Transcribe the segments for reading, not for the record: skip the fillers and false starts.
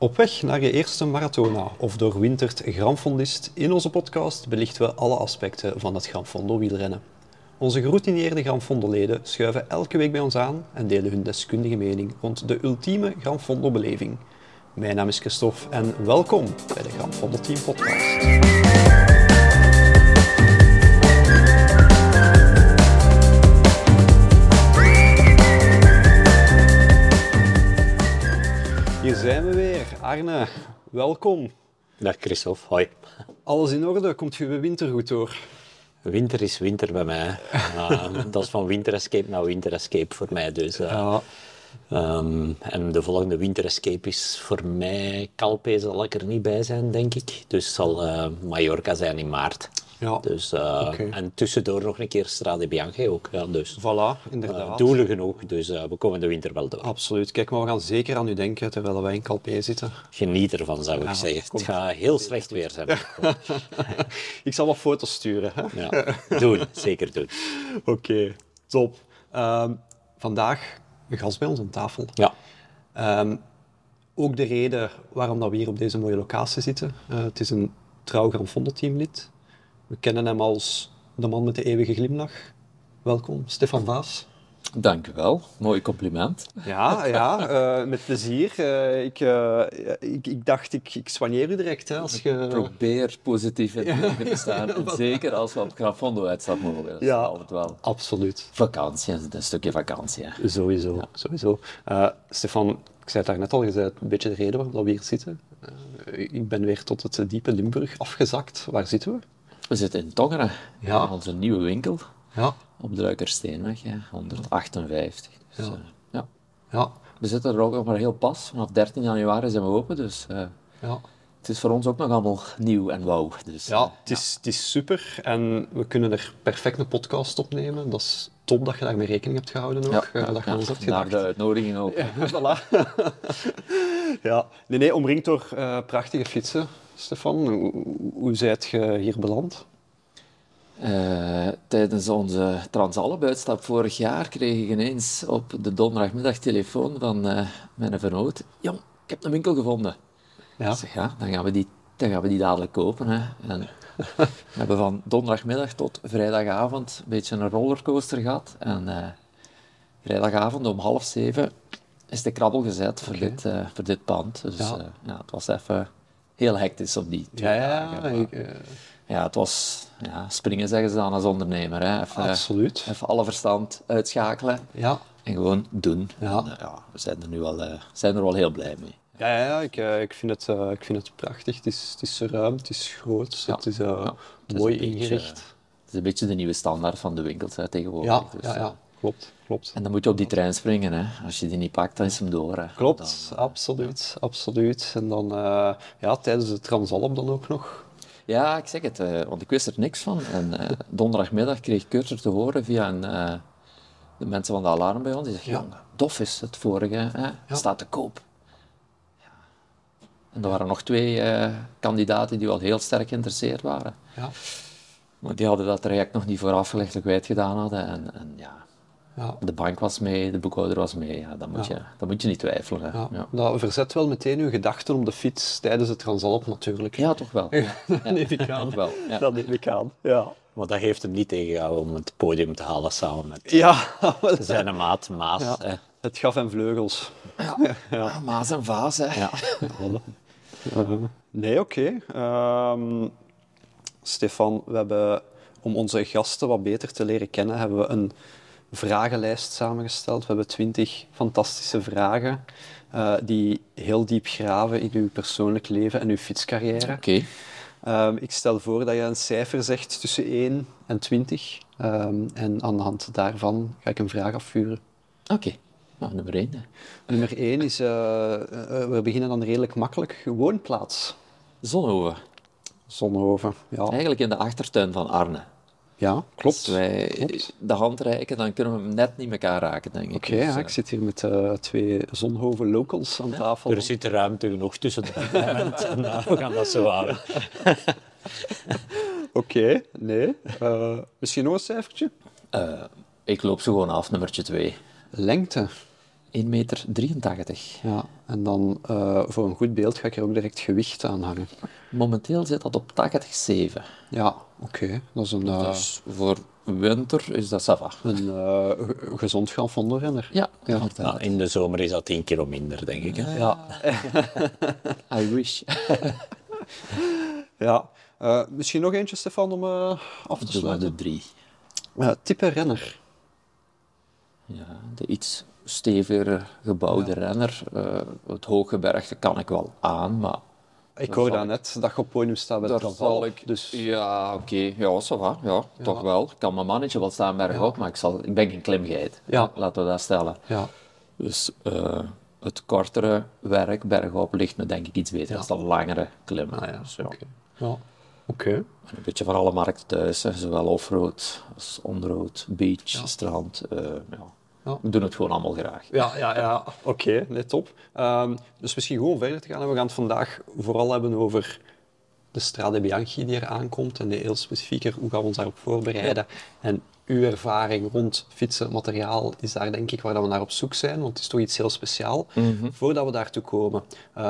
Op weg naar je eerste marathona of doorwinterd granfondist, in onze podcast belichten we alle aspecten van het Granfondo wielrennen. Onze geroutineerde Granfondo-leden schuiven elke week bij ons aan en delen hun deskundige mening rond de ultieme Granfondo-beleving. Mijn naam is Christophe en welkom bij de Granfondo Team Podcast. Hier zijn we weer. Arne, welkom. Dag Christophe, hoi. Alles in orde? Komt je winter goed door? Winter is winter bij mij. Dat is van winter escape naar winter escape voor mij. Dus, en de volgende winter escape is voor mij Calpe, zal ik er niet bij zijn, denk ik. Dus zal Mallorca zijn in maart. Ja. Dus, En tussendoor nog een keer Strade Bianche ook. Ja, dus, Voilà, inderdaad. doelen genoeg, dus we komen de winter wel door. Absoluut. Kijk, maar we gaan zeker aan u denken terwijl wij in Calpe zitten. Geniet ervan, zou ik zeggen. Het gaat heel slecht weer zijn. Ik zal wat foto's sturen. Hè? Ja, doen, zeker doen. Oké, top. Vandaag een gast bij ons aan tafel. Ja. Ook de reden waarom dat we hier op deze mooie locatie zitten. Het is een trouw Granfondo-teamlid. We kennen hem als de man met de eeuwige glimlach. Welkom, Stefan Vaas. Dank u wel, mooi compliment. Ja, met plezier. Ik dacht, ik soigneer u direct. Hè, als je... Probeer positief in het leven te staan. En zeker als we op Granfondo uitstap mogen. Dat is altijd wel absoluut. Vakantie, een stukje vakantie. Hè. Sowieso. Stefan, ik zei het daarnet al, je zei een beetje de reden waarom we hier zitten. Ik ben weer tot het diepe Limburg afgezakt. Waar zitten we? We zitten in Tongeren, in onze nieuwe winkel. Ja. Op Druikersteenweg, 158. Dus, Ja. We zitten er ook nog maar heel pas. Vanaf 13 januari zijn we open, dus het is voor ons ook nog allemaal nieuw en wauw. Dus, het is super en we kunnen er perfect een podcast opnemen. Dat is top dat je daarmee rekening hebt gehouden ook. Dat je ons hebt gedacht. Naar de uitnodiging ook. Ja, voilà. Ja. Nee, omringd door prachtige fietsen, Stefan. Hoe zijt je hier beland? Tijdens onze Transalp-uitstap vorig jaar kreeg ik ineens op de donderdagmiddag telefoon van mijn vernoot. Jong, ik heb een winkel gevonden. Ja. Ik zeg, dan gaan we die dadelijk kopen. Hè. En we hebben van donderdagmiddag tot vrijdagavond een beetje een rollercoaster gehad. En vrijdagavond om 6:30 is de krabbel gezet voor dit pand. Dus het was even heel hectisch op die 2 dagen. Ja, het was springen, zeggen ze dan als ondernemer. Hè. Absoluut. Even alle verstand uitschakelen en gewoon doen. Ja. En, we zijn er wel heel blij mee. Ja, ik vind het prachtig. Het is ruim, het is groot, het is mooi ingericht. Het is een beetje de nieuwe standaard van de winkels tegenwoordig. Ja, klopt. En dan moet je op die trein springen. Hè. Als je die niet pakt, dan is hem door. Hè. Klopt, dan, absoluut. En dan tijdens de Transalp dan ook nog. Ja, ik zeg het, want ik wist er niks van. En donderdagmiddag kreeg ik er te horen via de mensen van de alarm bij ons. Die zeggen, jong, Dof is het vorige, staat te koop. Ja. En er waren nog 2 kandidaten die wel heel sterk geïnteresseerd waren. Ja. Maar die hadden dat traject nog niet voorafgelegd kwijt gedaan hadden. De bank was mee, de boekhouder was mee. Ja, dan moet je niet twijfelen. Hè. Ja. Dat verzet wel meteen uw gedachten om de fiets tijdens het Transalp natuurlijk. Ja, toch wel. Dat neem ik aan. Toch wel. Ja. Dat neem ik aan, ja. Maar dat heeft hem niet tegengehouden om het podium te halen samen met zijn maat Maas. Ja. Het gaf hem vleugels. Ja. Maas en Vaas, hè. Ja. Nee, oké. Stefan, we hebben, om onze gasten wat beter te leren kennen, hebben we een vragenlijst samengesteld. We hebben 20 fantastische vragen die heel diep graven in uw persoonlijk leven en uw fietscarrière. Oké. Ik stel voor dat je een cijfer zegt tussen 1 en 20. En aan de hand daarvan ga ik een vraag afvuren. Oké. Nou, nummer 1. Hè. Nummer 1 is, we beginnen dan redelijk makkelijk, woonplaats. Zonhoven, ja. Eigenlijk in de achtertuin van Arne. Ja, klopt. Als wij de hand reiken, dan kunnen we hem net niet elkaar raken, denk ik. Oké, ik zit hier met 2 Zonhoven locals aan tafel. Er zit ruimte genoeg tussen de en we gaan dat zo houden. Oké, nee. Misschien nog een cijfertje? Ik loop zo gewoon af, nummertje 2. Lengte. 1,83 meter. Ja, en dan voor een goed beeld ga ik er ook direct gewicht aan hangen. Momenteel zit dat op 87. Ja, oké. Dat is Dus voor winter is dat ça va. een gezond Granfondo-renner. Ja, Ja. inderdaad. In de zomer is dat 10 kilo minder, denk ik. Hè? Ja. I wish. Ja. Misschien nog eentje, Stefan, om af te Doe maar sluiten. de 3. Type renner. Ja, de iets steviger gebouwde renner. Het hooggebergte kan ik wel aan, maar Ik hoorde net dat je op podium staat bij de daar Traval. zal ik... Dus Ja, oké. Ja, ça va. Ja, toch wel. Ik kan mijn mannetje wel staan bergop, maar ik ben geen klimgeit. Ja. Laten we dat stellen. ja. Dus het kortere werk bergop ligt me denk ik iets beter dan de langere klimmen. Ah, ja. Dus, ja. Oké. Ja. Oké. En een beetje voor alle markten thuis, hè. Zowel offroad als onroad, beach, strand. Ja. We doen het gewoon allemaal graag. Ja. Oké, nee, top. Dus misschien gewoon verder te gaan. We gaan het vandaag vooral hebben over de Strade Bianchi die er aankomt en heel specifieker hoe gaan we ons daarop voorbereiden. En uw ervaring rond fietsen, materiaal, is daar denk ik waar dat we naar op zoek zijn, want het is toch iets heel speciaal. Voordat we daartoe komen,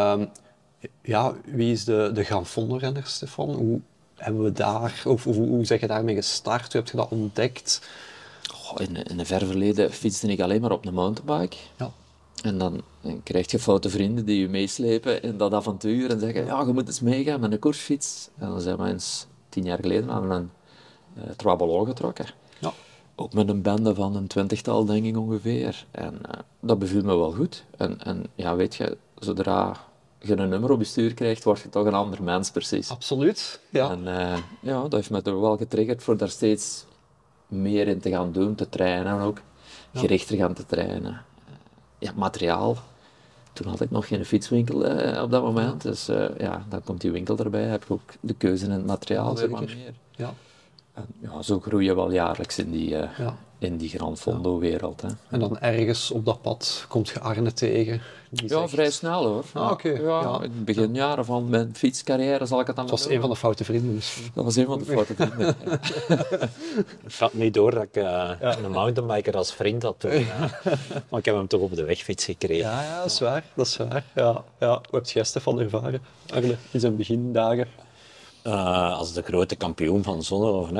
wie is de Granfondo-renner, Stefan? Hoe hebben we daar, of hoe zeg je daarmee gestart? Hoe heb je dat ontdekt? In een ver verleden fietste ik alleen maar op een mountainbike. Ja. En dan krijg je foute vrienden die je meeslepen in dat avontuur en zeggen, ja, je moet eens meegaan met een koersfiets. En dan zijn we eens 10 jaar geleden aan een Traballon getrokken. Ja. Ook met een bende van een 20-tal, denk ik ongeveer. En dat beviel me wel goed. En ja, weet je, zodra je een nummer op je stuur krijgt, word je toch een ander mens precies. Absoluut. Ja. En ja, dat heeft me er wel getriggerd voor daar steeds meer in te gaan doen, te trainen ook. Gerichter gaan te trainen. Ja, materiaal. Toen had ik nog geen fietswinkel op dat moment. Dus dan komt die winkel erbij. Heb je ook de keuze in het materiaal weer wat zeker. meer. Ja. En, ja, zo groei je wel jaarlijks in die Granfondo-wereld. Hè. En dan ergens op dat pad komt je Arne tegen. Die Ja, zegt- vrij snel hoor. Ah, oké. Ja. In het beginjaren van mijn fietscarrière zal ik het dan Het was een van de foute vrienden misschien. Dat was een van de foute vrienden. Ja. Het gaat niet door dat ik een mountainbiker als vriend had toen. Maar ik heb hem toch op de wegfiets gekregen. Ja, dat is waar. Dat is waar. Ja. Hoe heb jij Stefan ervaren, Arne, in zijn begindagen? Als de grote kampioen van Zonhoven.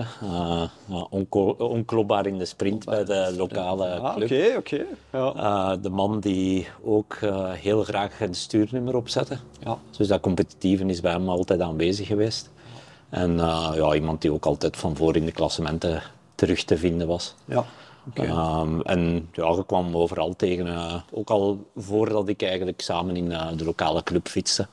Onklopbaar in de sprint bij de lokale club. Oké. Ja. De man die ook heel graag een stuurnummer opzette. Ja. Dus dat competitieve is bij hem altijd aanwezig geweest. En iemand die ook altijd van voor in de klassementen terug te vinden was. Ja. Oké. En ja, je kwam overal tegen, ook al voordat ik eigenlijk samen in de lokale club fietste.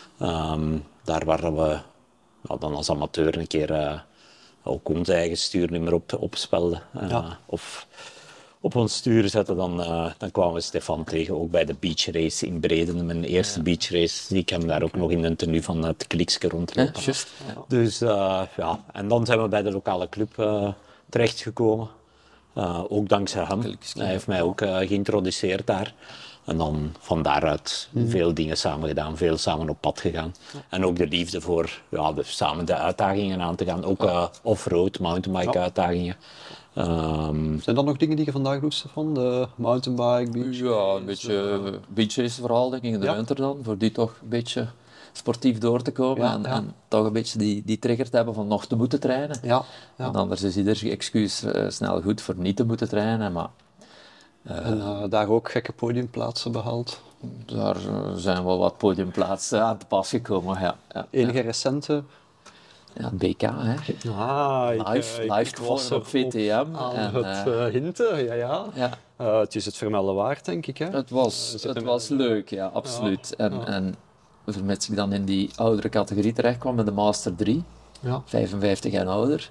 Daar waren we dan als amateur een keer ook ons eigen stuurnummer opspelden. Of op ons stuur zetten, dan kwamen we Stefan tegen, ook bij de beachrace in Breden. Mijn eerste beachrace zie ik hem daar ook nog in een tenue van het Klikske rondlopen. Juist. Dus en dan zijn we bij de lokale club terechtgekomen. Ook dankzij hem. Hij heeft mij ook geïntroduceerd daar. En dan van daaruit veel dingen samen gedaan, veel samen op pad gegaan. En ook de liefde voor samen de uitdagingen aan te gaan. Ook off-road, mountainbike uitdagingen. Zijn dat nog dingen die je vandaag doet, Stefan? De mountainbike, beach? Ja, een beetje beachrace vooral, denk ik, in de winter dan. Voor die toch een beetje sportief door te komen. En toch een beetje die trigger te hebben van nog te moeten trainen. Ja. Want anders is ieder excuus snel goed voor niet te moeten trainen. Maar En daar ook gekke podiumplaatsen behaald. daar zijn wel wat podiumplaatsen aan te pas gekomen. Ja. Enige recente? Ja, het BK, hè. Live gevolgd op VTM. Aan En, het hinten, ja. Het is het vermelden waard, denk ik. Hè? Het was leuk, ja, absoluut. En vermits ik dan in die oudere categorie terecht kwam met de Master 3, 55 en ouder,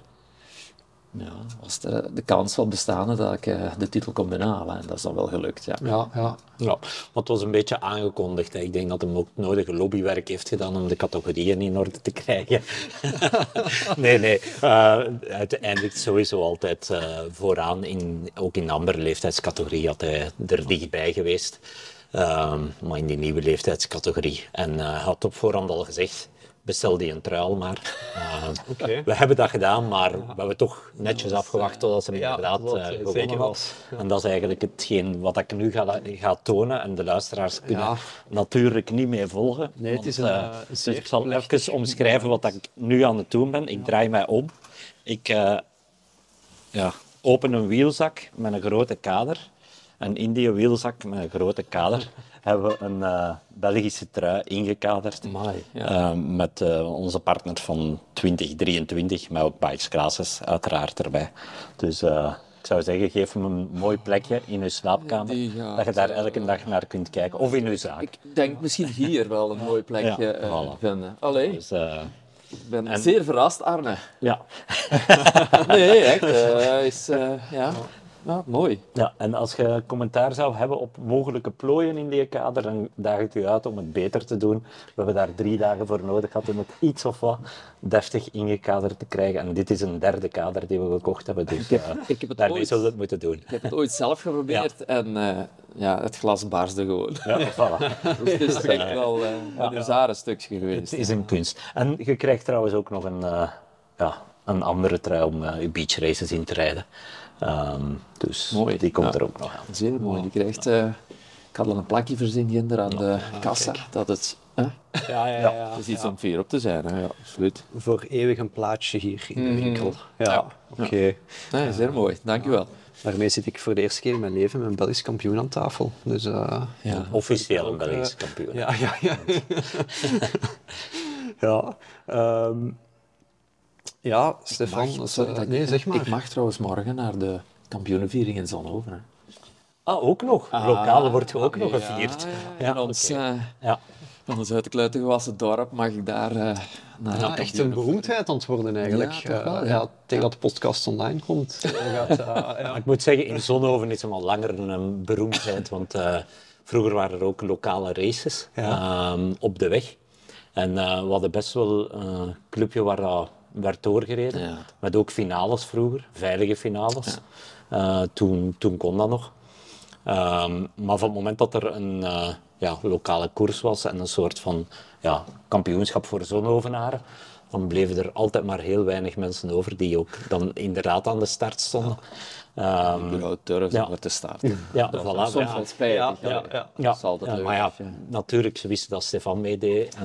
was de kans wel bestaande dat ik de titel kon binnenhalen. En dat is dan wel gelukt, ja. Ja, maar het was een beetje aangekondigd. Hè. Ik denk dat hij ook nodige lobbywerk heeft gedaan om de categorieën in orde te krijgen. Nee. Uiteindelijk sowieso altijd vooraan, ook in de andere leeftijdscategorie had hij er dichtbij geweest. Maar in die nieuwe leeftijdscategorie. En hij had op voorhand al gezegd, bestel die een truil maar. Oké. We hebben dat gedaan, maar we hebben toch netjes afgewacht totdat ze hem Ja, inderdaad totdat hij gewonnen zeker had. was. Ja. En dat is eigenlijk hetgeen wat ik nu ga tonen en de luisteraars kunnen Ja. natuurlijk niet mee volgen. Nee, het is want, een dus zeer ik zal plechtig even omschrijven wat ik nu aan het doen ben. Ik draai mij om. Ik open een wielzak met een grote kader. En in die wielzak met een grote kader hebben we een Belgische trui ingekaderd. Met onze partner van 2023, met ook Bikes Classes uiteraard erbij. Dus ik zou zeggen, geef hem een mooi plekje in uw slaapkamer, dat je daar elke dag naar kunt kijken. Of in uw zaak. Ik denk misschien hier wel een mooi plekje voilà. vinden. Allee, Dus, ik ben zeer verrast, Arne. ja. Nee, echt. Ja, mooi. Ja, en als je commentaar zou hebben op mogelijke plooien in die kader, dan daag ik u uit om het beter te doen. We hebben daar 3 dagen voor nodig gehad om het iets of wat deftig ingekaderd te krijgen. En dit is een 3e kader die we gekocht hebben, dus Ik heb het daarmee zullen we het moeten doen. Ik heb het ooit zelf geprobeerd en het glas barstte gewoon. Ja, voilà. Dus het is echt wel een rare stukje geweest. Het is een kunst. En je krijgt trouwens ook nog een andere trui om je beachraces in te rijden. Dus Mooi. die komt er ook nog aan. Zeer mooi. Die krijgt, ik had al een plakje verzinnen aan de kassa. Dat het Ja. is iets om fier op te zijn. Hè? Ja, absoluut. Voor eeuwig een plaatsje hier in de winkel. Ja, oké. Nee, zeer mooi. Dank u wel. Daarmee zit ik voor de eerste keer in mijn leven met een Belgisch kampioen aan tafel. Dus, Officieel een Belgisch kampioen. Ja. Ja, Stefan. Nee, zeg maar. Ik mag trouwens morgen naar de kampioenenviering in Zonhoven. Hè. Ook nog. Lokaal wordt ook nog gevierd. Ja, van ons uit de kluiten gewassen dorp mag ik daar naar Ja, echt een beroemdheid aan het worden eigenlijk. Ja, toch wel, ja. Tegen dat de podcast online komt. Maar ik moet zeggen, in Zonhoven is hem al langer een beroemdheid, want vroeger waren er ook lokale races op de weg. En we hadden best wel een clubje waar dat werd doorgereden, met ook finales vroeger, veilige finales. Toen kon dat nog. Maar van het moment dat er een lokale koers was en een soort van kampioenschap voor Zonhovenaren, dan bleven er altijd maar heel weinig mensen over die ook dan inderdaad aan de start stonden. Ik durf voor te starten. Ja, Dat voilà. is soms wel spijtig. Dat is altijd leuk. Maar ja, natuurlijk, ze wisten dat Stefan meedeed.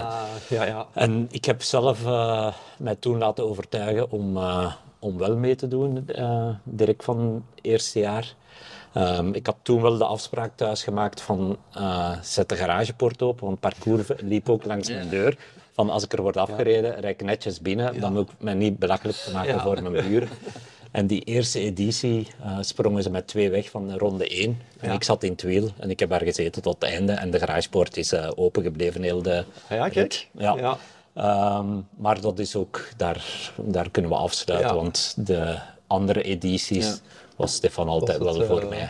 En ik heb zelf mij toen laten overtuigen om wel mee te doen, direct van het eerste jaar. Ik had toen wel de afspraak thuis gemaakt van zet de garagepoort open, want het parcours liep ook langs mijn deur. Van als ik er word afgereden, rijd ik netjes binnen, dan moet ik mij niet belachelijk te maken voor mijn buren. En die eerste editie sprongen ze met 2 weg van ronde 1. En ik zat in het wiel en ik heb daar gezeten tot het einde. En de garagepoort is open gebleven heel de kijk. Ja. Maar dat is ook, daar kunnen we afsluiten, want de andere edities was Stefan altijd wel voor mij.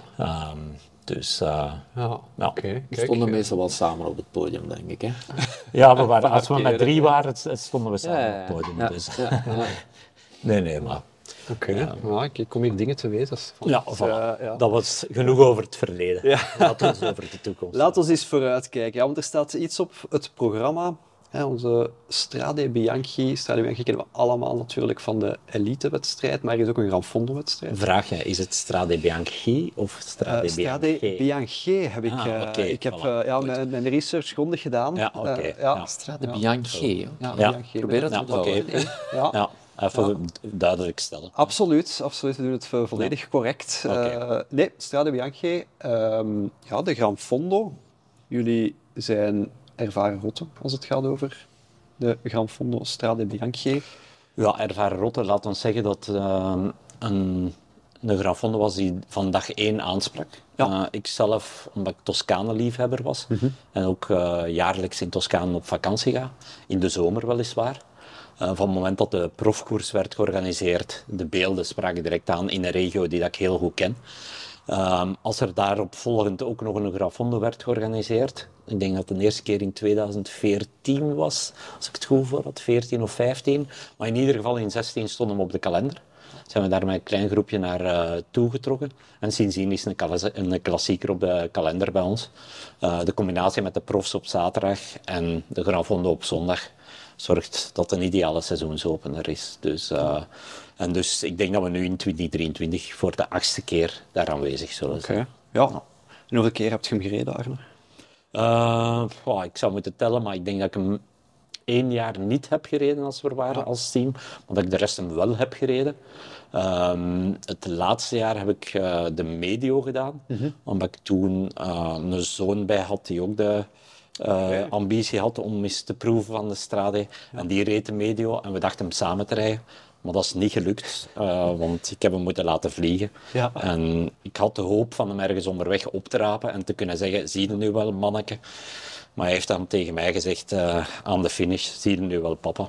Dus, oké. We stonden meestal wel samen op het podium, denk ik. Hè? Ja, als we met 3 waren, stonden we samen op het podium. Ja. Dus. Ja. Nee, maar... Oké. Ik kom hier dingen te weten. Ja, voilà. Dat was genoeg over het verleden. Laten we eens over de toekomst. Laten we eens vooruitkijken. Want er staat iets op het programma. Onze Strade Bianchi. Strade Bianchi kennen we allemaal natuurlijk van de elitewedstrijd, maar er is ook een Gran Fondo-wedstrijd. Vraag jij, is het Strade Bianchi of Strade Bianchi? Strade Bianchi heb ik. Ik heb mijn research grondig gedaan. Strade Bianchi. Bianchi. Probeer het te onthouden. Even duidelijk stellen. Absoluut, we doen het volledig correct. Nee, Strade Bianchi, de Gran Fondo. Jullie zijn ervaren rotten als het gaat over de Gran Fondo Strade Bianchi. Ja, ervaren rotten, laat ons zeggen dat een Gran Fondo was die van dag 1 aansprak. Ik zelf, omdat ik Toscane-liefhebber was, en ook jaarlijks in Toscane op vakantie ga, in de zomer weliswaar. Van het moment dat de profkoers werd georganiseerd, de beelden spraken direct aan in een regio die dat ik heel goed ken. Als er daarop volgend ook nog een Gran Fondo werd georganiseerd, ik denk dat het de eerste keer in 2014 was, als ik het goed voor had, 14 of 15, maar in ieder geval in 16 stond hem op de kalender. zijn we daar met een klein groepje naar toegetrokken. En sindsdien is een klassieker op de kalender bij ons. De combinatie met de profs op zaterdag en de Gran Fondo op zondag zorgt dat een ideale seizoensopener is. Dus ik denk dat we nu in 2023 voor de 8e keer daar aanwezig zullen zijn. Oké. Ja. En hoeveel keer heb je hem gereden, Arne? Ik zou moeten tellen, maar ik denk dat ik hem 1 jaar niet heb gereden als we waren als team, maar dat ik de rest hem wel heb gereden. Het laatste jaar heb ik de medio gedaan, omdat ik toen een zoon bij had die ook de ambitie had om eens te proeven van de Strade. En die reed de medio en we dachten hem samen te rijden. Maar dat is niet gelukt, want ik heb hem moeten laten vliegen. Ja. En ik had de hoop van hem ergens onderweg op te rapen en te kunnen zeggen, zie je nu wel, manneke? Maar hij heeft dan tegen mij gezegd, aan de finish, zie je nu wel, papa?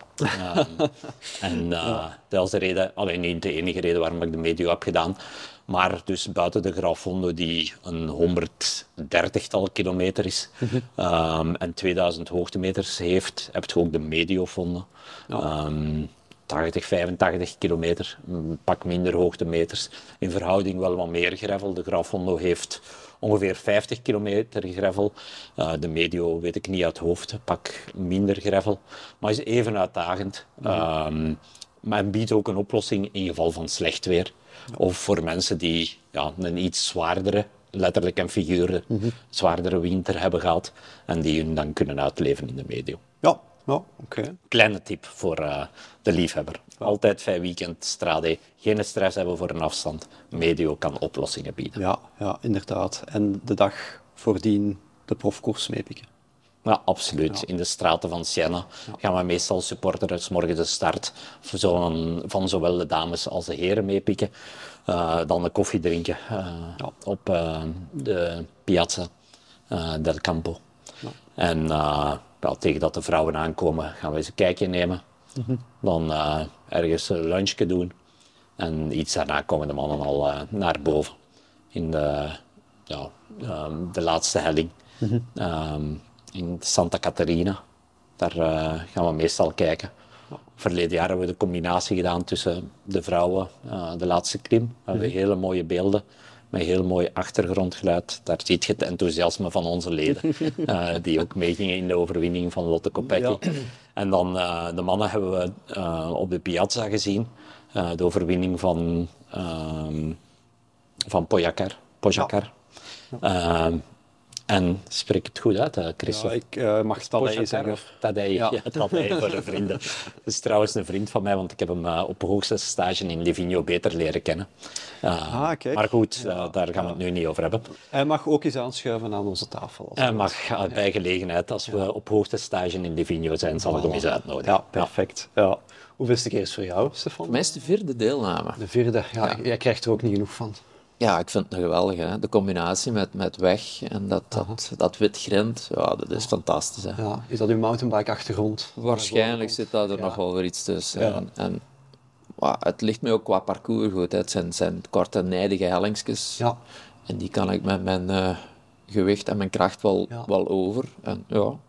Dat was de reden, alleen niet de enige reden waarom ik de medio heb gedaan. Maar dus buiten de Gran Fondo, die een 130-tal kilometer is en 2000 hoogtemeters heeft, heb je ook de Medio Fondo. 80, 85 kilometer, een pak minder hoogtemeters. In verhouding wel wat meer gravel. De Gran Fondo heeft ongeveer 50 kilometer gravel. De Medio weet ik niet uit het hoofd, een pak minder gravel. Maar is even uitdagend. Maar biedt ook een oplossing in geval van slecht weer. Of voor mensen die een iets zwaardere, letterlijk en figuurlijk, zwaardere winter hebben gehad. En die hun dan kunnen uitleven in de Medio. Ja, oké. Kleine tip voor de liefhebber. Altijd 5 weekend Strade. Geen stress hebben voor een afstand. Medio kan oplossingen bieden. Ja, inderdaad. En de dag voordien de profkoers meepikken. Ja, absoluut. In de straten van Siena gaan we meestal supporters morgen de start van zowel de dames als de heren meepikken. Dan de koffie drinken op de Piazza del Campo. Ja. En tegen dat de vrouwen aankomen gaan we eens een kijkje nemen. Dan ergens een lunchje doen. En iets daarna komen de mannen al naar boven. In de laatste helling. In Santa Caterina. Daar gaan we meestal kijken. Verleden jaar hebben we de combinatie gedaan tussen de vrouwen, de laatste klim. We hebben hele mooie beelden met heel mooi achtergrondgeluid. Daar zie je het enthousiasme van onze leden, die ook meegingen in de overwinning van Lotte Kopecky. Ja. En dan de mannen hebben we op de Piazza gezien. De overwinning van Pogacar. En spreek ik het goed uit, Christophe? Ja, ik mag Tadej zeggen. Tadej voor de vrienden. Dat is trouwens een vriend van mij, want ik heb hem op hoogste stage in Livigno beter leren kennen. Maar goed, daar gaan we het nu niet over hebben. Hij mag ook eens aanschuiven aan onze tafel. Hij mag bij gelegenheid, als we op hoogste stage in Livigno zijn, zal ik hem eens uitnodigen. Ja, perfect. Ja. Hoeveelste keer is voor jou, Stefan? Voor mij is de 4e deelname. De 4e, jij krijgt er ook niet genoeg van. Ja, ik vind het geweldig. Hè? De combinatie met weg en dat wit grind, dat is fantastisch. Hè? Ja, is dat uw mountainbike-achtergrond? Waarschijnlijk zit daar nog wel weer iets tussen. Ja. En het ligt mij ook qua parcours goed. Hè? Het zijn korte, nijdige hellingsjes. Ja. En die kan ik met mijn gewicht en mijn kracht wel over. En,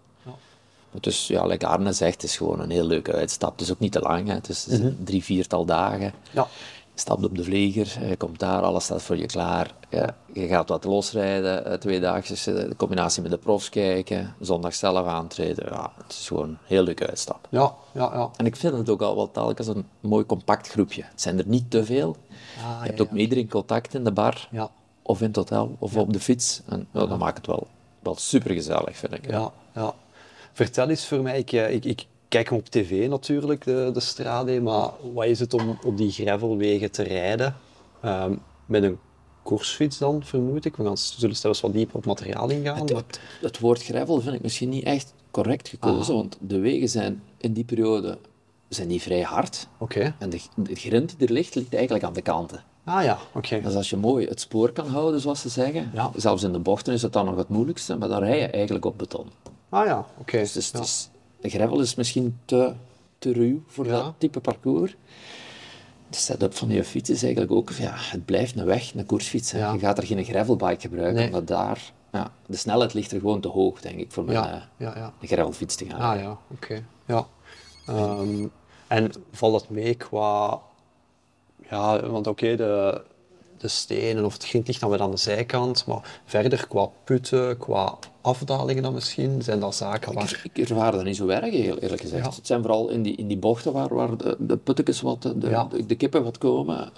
dus like Arne zegt, het is gewoon een heel leuke uitstap. Het is ook niet te lang. Hè? Het is 3-4 dagen. Ja. Je stapt op de vlieger, je komt daar, alles staat voor je klaar. Je gaat wat losrijden, 2 dagen, de combinatie met de profs kijken, zondag zelf aantreden. Ja, het is gewoon een heel leuke uitstap. Ja. En ik vind het ook al wel telkens een mooi compact groepje. Het zijn er niet te veel. Je hebt ook met iedereen contact in de bar, of in het hotel, of op de fiets. En dat maakt het wel super gezellig, vind ik. Ja. Vertel eens voor mij, ik kijk hem op tv natuurlijk, de Strade, maar wat is het om op die gravelwegen te rijden? Met een koersfiets dan, vermoed ik. We zullen zelfs wat dieper op materiaal ingaan. Het woord gravel vind ik misschien niet echt correct gekozen, want de wegen zijn in die periode niet vrij hard. Okay. En de grind die er ligt eigenlijk aan de kanten. Oké. Dus als je mooi het spoor kan houden, zoals ze zeggen, zelfs in de bochten is het dan nog het moeilijkste, maar dan rij je eigenlijk op beton. Oké. Dus de gravel is misschien te ruw voor dat type parcours. De setup van je fiets is eigenlijk ook, het blijft een weg, een koersfiets. Ja. Je gaat er geen gravelbike gebruiken, omdat daar, de snelheid ligt er gewoon te hoog, denk ik, voor mijn gravelfiets te gaan. Oké. En valt dat mee qua Ja, want oké, de stenen of het grind ligt dan weer aan de zijkant, maar verder qua putten, qua afdalingen dan misschien, zijn dat zaken waar... Ik ervaar dat niet zo erg, eerlijk gezegd. Ja. Het zijn vooral in die bochten waar de puttekes wat, de kippen wat komen.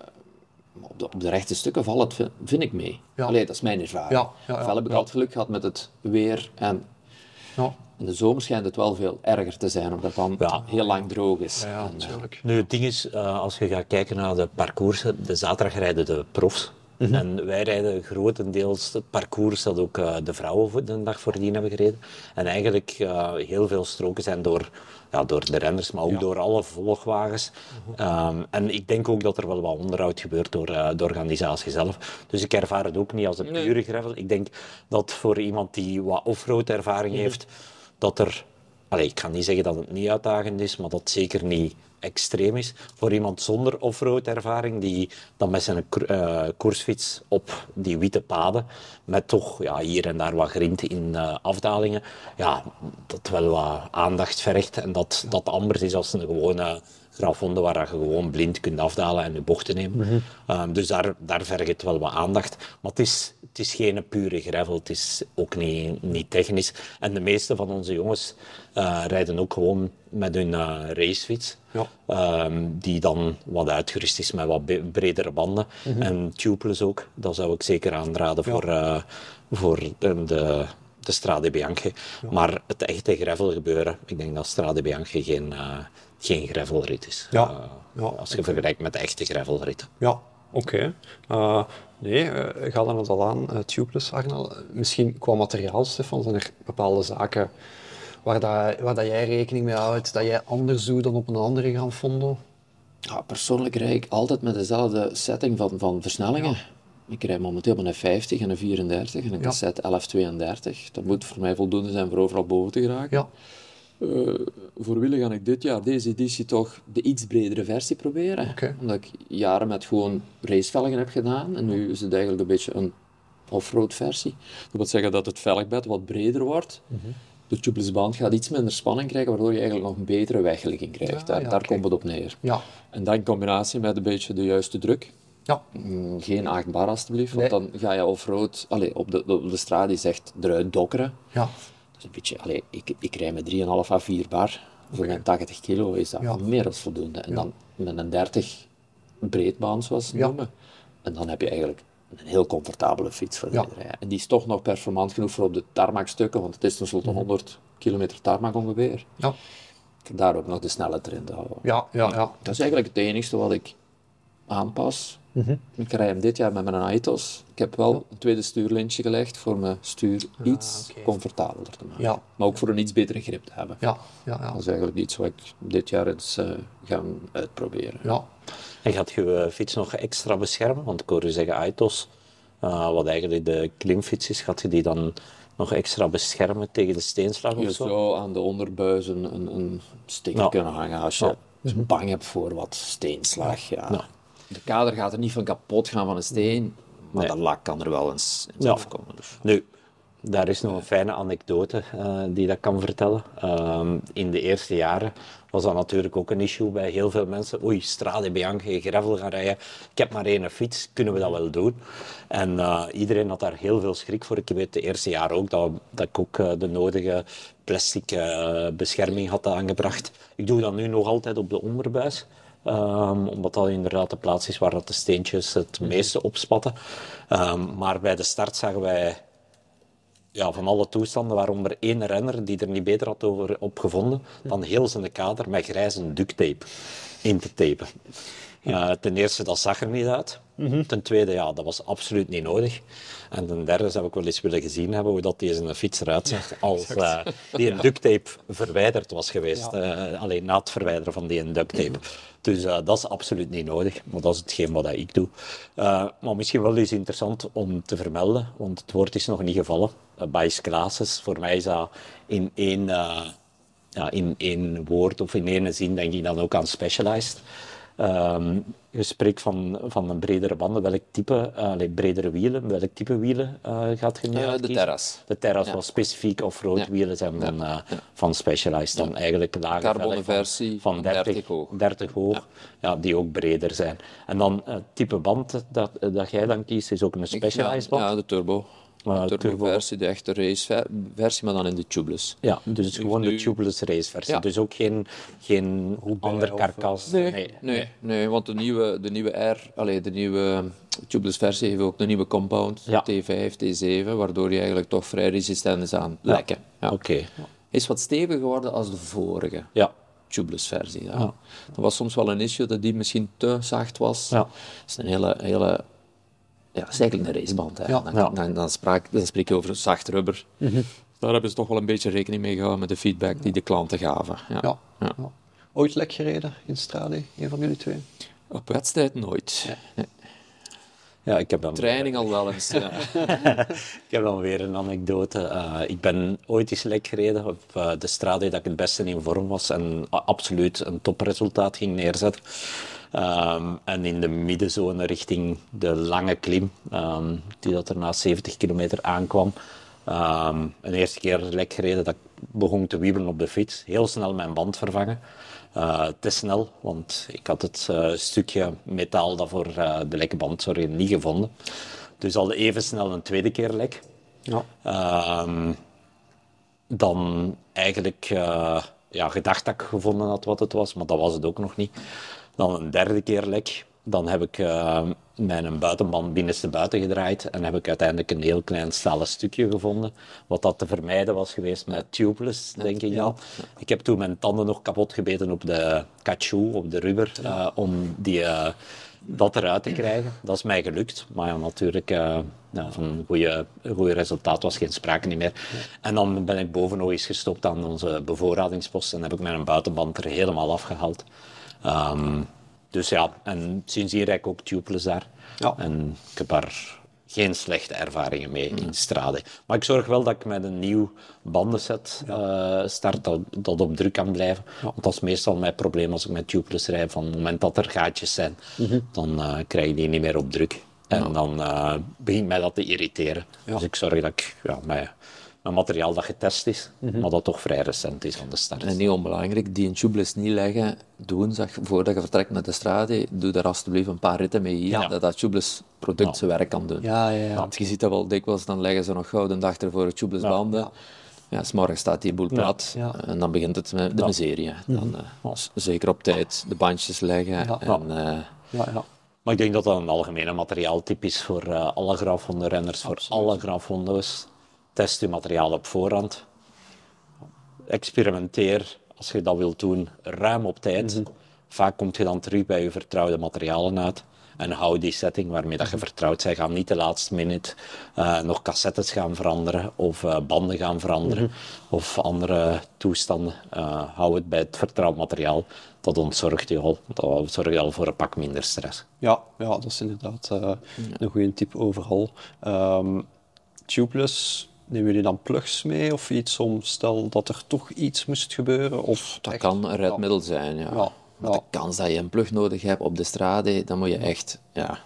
Op de rechte stukken valt het, vind ik mee. Ja. Allee, dat is mijn ervaring. Ja. Ofwel heb ik altijd geluk gehad met het weer en Ja, in de zomer schijnt het wel veel erger te zijn, omdat het dan heel lang droog is. ja, En, natuurlijk. Nu, het ding is, als je gaat kijken naar de parcoursen, de zaterdag rijden de profs. En wij rijden grotendeels het parcours dat ook de vrouwen de dag voordien hebben gereden. En eigenlijk heel veel stroken zijn door de renners, maar ook door alle volgwagens. En ik denk ook dat er wel wat onderhoud gebeurt door de organisatie zelf. Dus ik ervaar het ook niet als een pure gravel. Ik denk dat voor iemand die wat offroad ervaring heeft, dat er... ik ga niet zeggen dat het niet uitdagend is, maar dat het zeker niet extreem is. Voor iemand zonder offroad ervaring, die dan met zijn koersfiets op die witte paden, met toch hier en daar wat grind in afdalingen, dat wel wat aandacht vergt en dat anders is als een gewone grafhonden waar je gewoon blind kunt afdalen en je bochten nemen. Dus daar vergt het wel wat aandacht. Maar het is geen pure gravel, het is ook niet technisch. En de meeste van onze jongens rijden ook gewoon met hun racefiets. Ja. Die dan wat uitgerust is met wat bredere banden. En tubeless ook, dat zou ik zeker aanraden voor de Strade Bianche. Ja. Maar het echte gravel gebeuren, ik denk dat Strade Bianche geen gravelrit is. Als je vergelijkt met de echte gravelritten. Ja, oké. Ga dan het al aan, tubeless, Arnel. Misschien qua materiaal, Stefan, zijn er bepaalde zaken waar dat jij rekening mee houdt, dat jij anders doet dan op een andere Gran Fondo? Ja, persoonlijk rijd ik altijd met dezelfde setting van versnellingen. Ja. Ik rijd momenteel met een 50 en een 34 en een cassette 1132. Dat moet voor mij voldoende zijn voor overal boven te geraken. Ja. Voor wielen ga ik dit jaar, deze editie, toch de iets bredere versie proberen. Okay. Omdat ik jaren met gewoon racevelgen heb gedaan. En nu is het eigenlijk een beetje een off-road versie. Dat wil zeggen dat het velgbed wat breder wordt. De tubeless band gaat iets minder spanning krijgen, waardoor je eigenlijk nog een betere wegligging krijgt. Daar komt het op neer. Ja. En dan in combinatie met een beetje de juiste druk. Ja. Geen 8 bar alstublieft, want dan ga je off-road op de straat die zegt eruit dokkeren. Ja. Dus een beetje, ik rij met 3,5 à 4 bar. Voor mijn 80 kilo is dat meer dan voldoende. En dan met een 30 breedbaan, zoals ze noemen. En dan heb je eigenlijk een heel comfortabele fiets voor het rijden. En die is toch nog performant genoeg voor op de tarmac-stukken, want het is tenslotte 100 kilometer tarmac ongeveer. Ja. Daar ook nog de snelheid erin te houden. Ja. Dat is eigenlijk het enige wat ik aanpas. Ik rij hem dit jaar met mijn Aitos. Ik heb wel een tweede stuurlintje gelegd voor mijn stuur iets comfortabeler te maken. Ja. Maar ook voor een iets betere grip te hebben. Ja. Dat is eigenlijk iets wat ik dit jaar eens gaan uitproberen. Ja. En gaat je fiets nog extra beschermen? Want ik hoor je zeggen Aitos, wat eigenlijk de klimfiets is, gaat je die dan nog extra beschermen tegen de steenslag of zo? Je zou aan de onderbuizen een sticker kunnen hangen als je bang hebt voor wat steenslag. Ja. De kader gaat er niet van kapot gaan van een steen, maar de lak kan er wel eens afkomen. Dus. Nu, daar is nog een fijne anekdote die dat kan vertellen. In de eerste jaren was dat natuurlijk ook een issue bij heel veel mensen. Oei, Strade Bianche, gravel gaan rijden. Ik heb maar één fiets, kunnen we dat wel doen? En iedereen had daar heel veel schrik voor. Ik weet de eerste jaar ook dat ik ook de nodige plastic bescherming had aangebracht. Ik doe dat nu nog altijd op de onderbuis. Omdat dat inderdaad de plaats is waar dat de steentjes het meeste opspatten. Maar bij de start zagen wij van alle toestanden, waaronder één renner die er niet beter had op gevonden dan heel zijn kader met grijze ducttape in te tapen. Ten eerste, dat zag er niet uit. Ten tweede, dat was absoluut niet nodig. En ten derde zou ik wel eens willen gezien hebben hoe dat deze fiets eruit zag als die een ducttape verwijderd was geweest. Alleen na het verwijderen van die ducttape. Dus dat is absoluut niet nodig, maar dat is hetgeen wat ik doe. Maar misschien wel eens interessant om te vermelden, want het woord is nog niet gevallen. Base classes, voor mij is dat in één woord of in één zin denk ik dan ook aan specialized. Je spreekt van een bredere banden. Welk type, bredere wielen, welk type wielen gaat je nu de uitkiezen? Terras. De Terras was specifiek off-road wielen zijn van Specialized. Dan eigenlijk lage Carbonen velg versie van 30 hoog. 30 hoog, die ook breder zijn. En dan het type band dat jij dan kiest, is ook een Specialized band. Ja, de turbo. De turbo-versie, de echte race-versie, maar dan in de tubeless. Ja, dus gewoon de tubeless race-versie. Ja. Dus ook geen ander karkas. Nee, want de nieuwe tubeless versie heeft ook een nieuwe compound, Ja. T5, T7, waardoor je eigenlijk toch vrij resistent is aan lekken. Ja. Oké. Is wat steviger geworden als de vorige Ja. tubeless versie. Ja. Dat was soms wel een issue dat die misschien te zacht was. Ja. Dat is een hele het is eigenlijk een raceband. Hè. Ja. Dan spreek je over zacht rubber. Daar hebben ze toch wel een beetje rekening mee gehouden met de feedback die de klanten gaven. Ja. Ja. Ooit lek gereden in Strade, een van jullie twee? Op wedstrijd nooit. Nee. Ja, ik heb dan Training al wel eens. Ja. Ik heb dan weer een anekdote. Ik ben ooit eens lek gereden op de Strade dat ik het beste in vorm was en absoluut een topresultaat ging neerzetten. En in de middenzone richting de lange klim, die dat er na 70 kilometer aankwam. Een eerste keer lek gereden dat ik begon te wiebelen op de fiets. Heel snel mijn band vervangen. Te snel, want ik had het stukje metaal dat voor de lekke band zorgde niet gevonden. Dus al even snel een tweede keer lek. Ja. Dan eigenlijk gedacht dat ik gevonden had wat het was, maar dat was het ook nog niet. Dan een derde keer lek. Dan heb ik mijn buitenband binnenste buiten gedraaid en heb ik uiteindelijk een heel klein stalen stukje gevonden. Wat dat te vermijden was geweest met tubeless, denk ik dan. Ik heb toen mijn tanden nog kapot gebeten op de caoutchouc, op de rubber, om dat eruit te krijgen. Dat is mij gelukt, maar ja, natuurlijk van een goede resultaat was geen sprake niet meer. En dan ben ik boven nog eens gestopt aan onze bevoorradingspost en heb ik mijn buitenband er helemaal afgehaald. Dus ja, en sindsdien rijd ik ook tubeless daar. Ja. En ik heb daar geen slechte ervaringen mee in Strade. Maar ik zorg wel dat ik met een nieuw bandenset start, dat op druk kan blijven. Want dat is meestal mijn probleem als ik met tubeless rijd. Van het moment dat er gaatjes zijn, dan krijg ik die niet meer op druk. En dan begint mij dat te irriteren. Dus ik zorg dat ik mijn materiaal dat getest is, maar dat toch vrij recent is van de start. En niet onbelangrijk, die een tubeless niet leggen, voordat je vertrekt met de Strade, doe daar alsjeblieft een paar ritten mee hier, dat tubeless product zijn werk kan doen. Ja. Want je ziet dat wel dikwijls, dan leggen ze nog gauw de dag ervoor tubeless banden. Ja, 's morgens staat die boel plat en dan begint het met de miserie. Dan, zeker op tijd de bandjes leggen. Maar ik denk dat dat een algemene materiaaltype is voor alle grafhondenrenners, voor alle grafhondo's. Test je materiaal op voorhand. Experimenteer, als je dat wilt doen, ruim op tijd. Vaak kom je dan terug bij je vertrouwde materialen uit. En hou die setting waarmee dat je vertrouwd bent. Ga niet de laatste minute nog cassettes gaan veranderen of banden gaan veranderen of andere toestanden. Hou het bij het vertrouwd materiaal. Dat ontzorgt je al. Dat zorgt al voor een pak minder stress. Ja, dat is inderdaad een goede tip overal. Tubeless, nemen jullie dan plugs mee of iets om, stel dat er toch iets moest gebeuren? Of dat kan een redmiddel zijn, ja. Maar de kans dat je een plug nodig hebt op de Strade, dan moet je echt,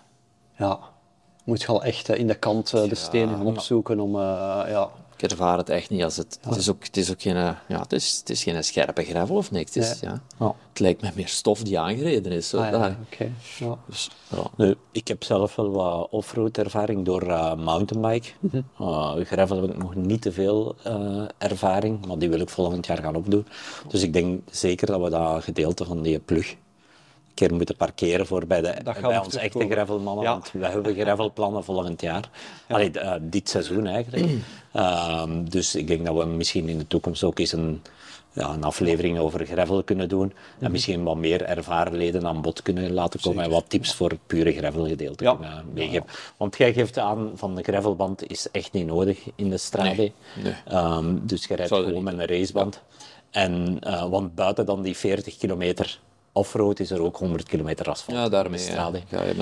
moet je al echt in de kant de stenen gaan opzoeken om, Ik ervaar het echt niet als het... Het is ook geen... het is geen scherpe gravel of niks. Het lijkt me meer stof die aangereden is. Dus, Nu, ik heb zelf wel wat offroad ervaring door mountainbike. Gravel heb ik nog niet te veel ervaring, maar die wil ik volgend jaar gaan opdoen. Dus ik denk zeker dat we dat gedeelte van die plug een keer moeten parkeren voor bij onze echte gravelmannen, want we hebben gravelplannen volgend jaar. Allee, dit seizoen eigenlijk. Dus ik denk dat we misschien in de toekomst ook eens een aflevering over gravel kunnen doen. En misschien wat meer ervaren leden aan bod kunnen laten komen. En wat tips voor het pure gravelgedeelte kunnen meegeven. Want jij geeft aan, van de gravelband is echt niet nodig in de Strade. Nee. Dus je rijdt gewoon met een raceband. En, want buiten dan die 40 kilometer offroad is er ook 100 kilometer asfalt. Ja, daarmee ga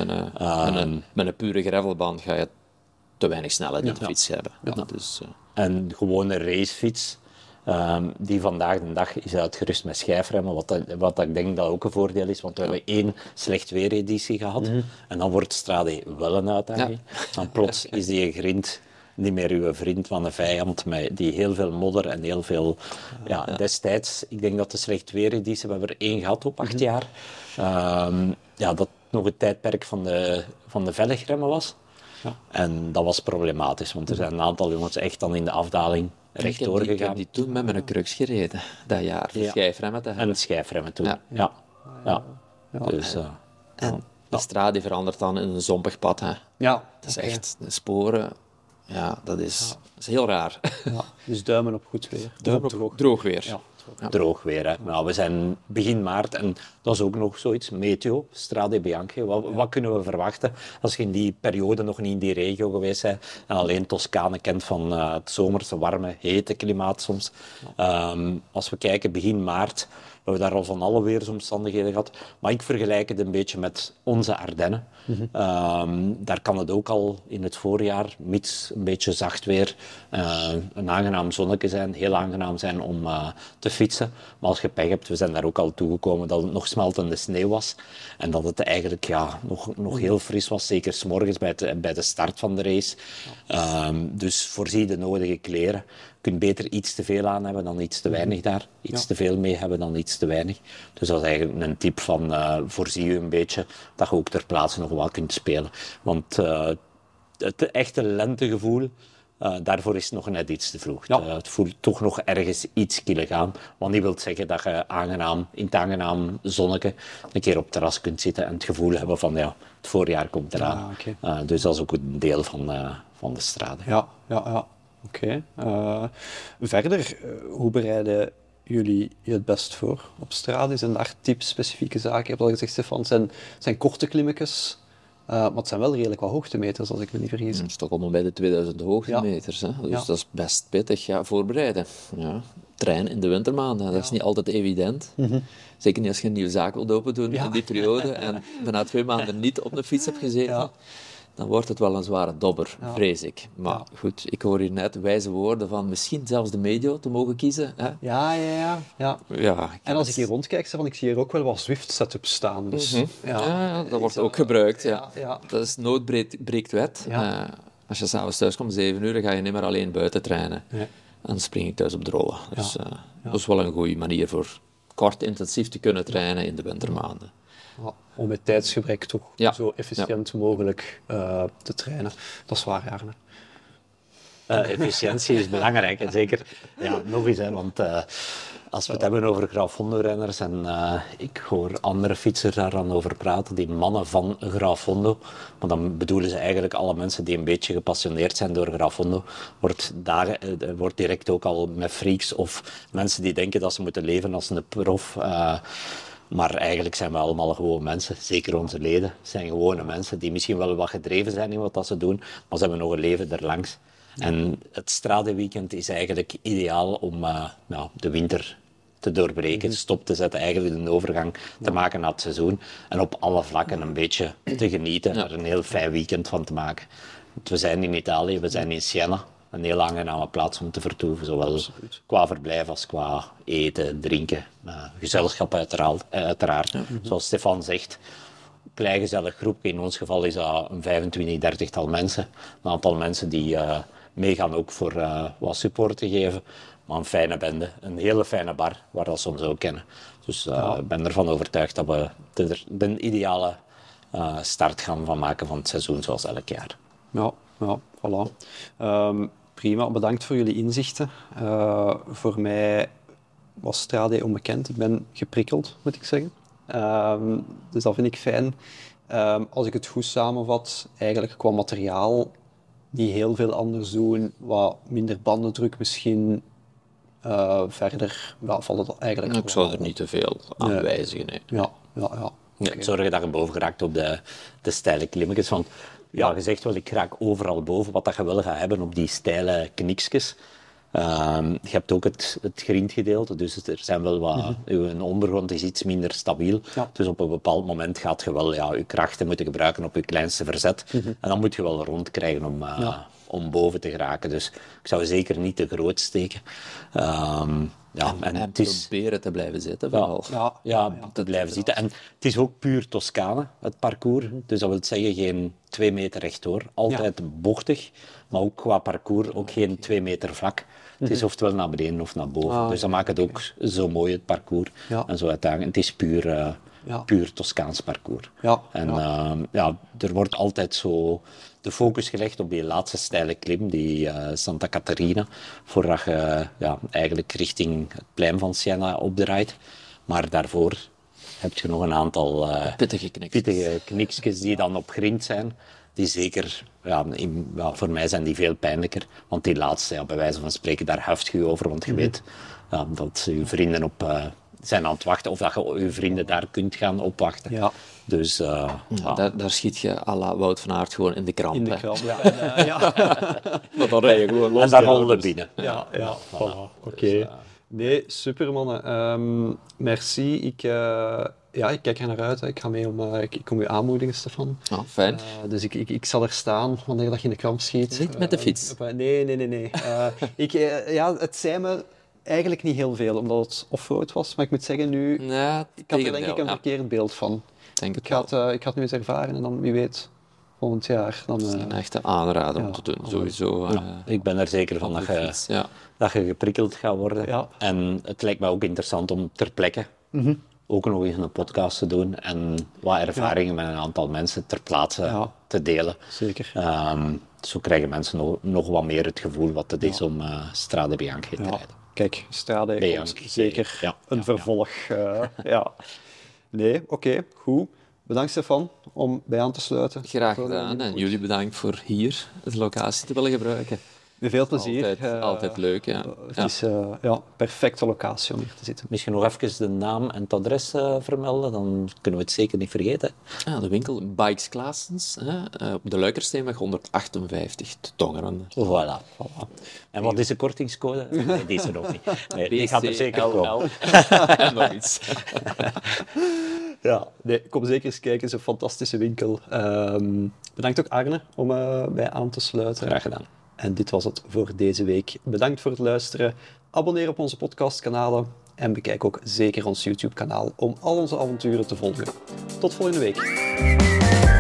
je met een pure gravelband ga je te weinig snelheid in de fiets hebben. En gewoon een racefiets. Die vandaag de dag is uitgerust met schijfremmen, wat ik denk dat ook een voordeel is, want we hebben 1 slecht weereditie gehad en dan wordt Strade wel een uitdaging. Dan plots is die grind niet meer uw vriend, van een vijand, met die heel veel modder en heel veel... Ja, destijds, ik denk dat de slecht weereditie, we hebben er 1 gehad op 8 jaar, dat nog het tijdperk van de velgremmen was. Ja. En dat was problematisch, want er zijn een aantal jongens echt dan in de afdaling rechtdoor gegaan. Ik heb die toen met mijn crux gereden, dat jaar, de schijfremmen te hebben. En het schijfremmen toen, ja. Dus, en de Strade verandert dan in een zompig pad. Hè. Ja. Dat is echt, de sporen, dat is heel raar. Ja. Dus duimen op goed weer. Duimen op droog weer. Ja. Droog weer. Hè. Nou, we zijn begin maart en dat is ook nog zoiets. Meteo, Strade Bianche. Wat kunnen we verwachten als je in die periode nog niet in die regio geweest bent en alleen Toscane kent van het zomerse, warme, hete klimaat soms. Als we kijken begin maart, we hebben daar al van alle weersomstandigheden gehad. Maar ik vergelijk het een beetje met onze Ardennen. Daar kan het ook al in het voorjaar, mits een beetje zacht weer, een aangenaam zonnetje zijn, heel aangenaam zijn om te fietsen. Maar als je pech hebt, we zijn daar ook al toegekomen dat het nog smeltende sneeuw was. En dat het eigenlijk nog heel fris was, zeker 's morgens bij de start van de race. Dus voorzie de nodige kleren. Je kunt beter iets te veel aan hebben dan iets te weinig daar. Iets te veel mee hebben dan iets te weinig. Dus dat is eigenlijk een tip van voorzie je een beetje dat je ook ter plaatse nog wel kunt spelen. Want het echte lentegevoel, daarvoor is het nog net iets te vroeg. Ja. Het voelt toch nog ergens iets kielig aan. Wat niet wil zeggen dat je in het aangenaam zonnetje een keer op het terras kunt zitten en het gevoel hebben van het voorjaar komt eraan. Ja, okay. Dus dat is ook een deel van de Strade. Ja. Oké. Verder, hoe bereiden jullie je het best voor op Strade? Zijn daar tips, specifieke zaken? Je hebt al gezegd, Stefan, het zijn korte klimmetjes, maar het zijn wel redelijk wat hoogtemeters, als ik me niet vergis. Het is toch allemaal bij de 2000 hoogtemeters, hè? Dus dat is best pittig voorbereiden. Ja. Trein in de wintermaanden, dat is niet altijd evident. Zeker niet als je een nieuwe zaak wilt open doen in die periode en bijna 2 maanden niet op de fiets hebt gezeten. Dan wordt het wel een zware dobber, vrees ik. Maar goed, ik hoor hier net wijze woorden van misschien zelfs de medio te mogen kiezen. Hè? Ja. En als ik hier rondkijk, ik zie hier ook wel wat Zwift-setups staan. Dus, dat wordt ook gebruikt. Ja. Dat is nood breekt wet. Als je s'avonds thuis komt, 7 uur, dan ga je niet meer alleen buiten trainen. En dan spring ik thuis op de rollen. Dus dat is wel een goede manier voor kort intensief te kunnen trainen in de wintermaanden. Om met tijdsgebrek toch zo efficiënt mogelijk te trainen. Dat is waar, Arne. Efficiëntie is belangrijk, en zeker nog eens, want als we het hebben over Graafondo-renners en ik hoor andere fietsers daar dan over praten, die mannen van Graafondo, maar dan bedoelen ze eigenlijk alle mensen die een beetje gepassioneerd zijn door Graafondo, wordt direct ook al met freaks of mensen die denken dat ze moeten leven als een prof. Maar eigenlijk zijn we allemaal gewoon mensen, zeker onze leden, zijn gewone mensen die misschien wel wat gedreven zijn in wat ze doen, maar ze hebben nog een leven erlangs. En het Strade-weekend is eigenlijk ideaal om de winter te doorbreken, stop te zetten, eigenlijk een overgang te maken naar het seizoen en op alle vlakken een beetje te genieten, er een heel fijn weekend van te maken. Want we zijn in Italië, we zijn in Siena. Een heel aangename plaats om te vertoeven, zowel qua verblijf als qua eten, drinken, gezelschap uiteraard. Zoals Stefan zegt, een klein gezellig groepje, in ons geval is dat een 25, 30-tal mensen. Een aantal mensen die meegaan ook voor wat support te geven. Maar een fijne bende, een hele fijne bar, waar dat ze ons ook kennen. Dus ik ben ervan overtuigd dat we de ideale start gaan van maken van het seizoen, zoals elk jaar. Ja, voilà. Prima, bedankt voor jullie inzichten. Voor mij was Strade onbekend. Ik ben geprikkeld, moet ik zeggen. Dus dat vind ik fijn. Als ik het goed samenvat, eigenlijk qua materiaal niet heel veel anders doen, wat minder bandendruk misschien. Verder valt het eigenlijk. Ik zou er niet te veel aan wijzigen. Nee. Ja. Okay. Zorgen dat je boven geraakt op de steile klimmetjes. Want je zegt wel, ik raak overal boven. Wat dat je wel gaat hebben op die steile kniksjes. Je hebt ook het grindgedeelte, dus er zijn wel wat. Uw ondergrond is iets minder stabiel. Ja. Dus op een bepaald moment gaat je wel je krachten moeten gebruiken op je kleinste verzet. En dan moet je wel rondkrijgen om boven te geraken. Dus ik zou zeker niet te groot steken. En het is... proberen te blijven zitten, vooral. Te blijven zitten. En het is ook puur Toscane, het parcours. Dus dat wil zeggen geen 2 meter rechtdoor. Altijd bochtig, maar ook qua parcours ook geen 2 meter vlak. Het is oftewel naar beneden of naar boven. Dus dat maakt het ook zo mooi, het parcours. En zo uitdagend. Het is puur Toscaans parcours. Er wordt altijd zo de focus gelegd op die laatste steile klim, die Santa Caterina, voordat je eigenlijk richting het plein van Siena opdraait. Maar daarvoor heb je nog een aantal pittige kniksjes die dan op grind zijn. Die zeker, voor mij zijn die veel pijnlijker. Want die laatste, bij wijze van spreken, daar huift je over. Want je weet dat je vrienden op zijn aan het wachten. Of dat je je vrienden daar kunt gaan opwachten. Ja. Dus, daar schiet je à la Wout van Aert gewoon in de kramp. In de kramp, Maar dan rij je gewoon los. En daar rollen we binnen. Oké. Nee, super mannen. Merci. Ik kijk er naar uit. Hè. Ik ga mee ik kom u aanmoedigen, Stefan. Fijn. Dus ik zal er staan wanneer dat je in de kramp schiet. Niet met de fiets? Nee. Het zei me eigenlijk niet heel veel, omdat het off-road was. Maar ik moet zeggen, nu... ik had er denk ik een verkeerd beeld van. Ik ga het nu eens ervaren en dan, wie weet, volgend jaar... Dan, dat is een echte aanrader om te doen, sowieso. Ik ben er zeker van dat je geprikkeld gaat worden. Ja. En het lijkt mij ook interessant om ter plekke ook nog eens een podcast te doen en wat ervaringen met een aantal mensen ter plaatse te delen. Zeker. Zo krijgen mensen nog wat meer het gevoel wat het is om Strade Bianche te rijden. Kijk, Strade Bianche, zeker een vervolg. Nee, oké, goed. Bedankt Stefan om bij aan te sluiten. Graag gedaan. En jullie bedankt voor hier de locatie te willen gebruiken. Met veel plezier. Altijd leuk, ja. Het is perfecte locatie om hier te zitten. Misschien nog even de naam en het adres vermelden, dan kunnen we het zeker niet vergeten. De winkel Bikes Claessens, op de Luikersteenweg 158 te Tongeren. Voilà. En wat is de kortingscode? Nee, die is er nog niet. Nee, die gaat er zeker komen. En nog iets. Kom zeker eens kijken, het is een fantastische winkel. Bedankt ook Arne om bij aan te sluiten. Graag gedaan. En dit was het voor deze week. Bedankt voor het luisteren. Abonneer op onze podcastkanalen en bekijk ook zeker ons YouTube-kanaal om al onze avonturen te volgen. Tot volgende week.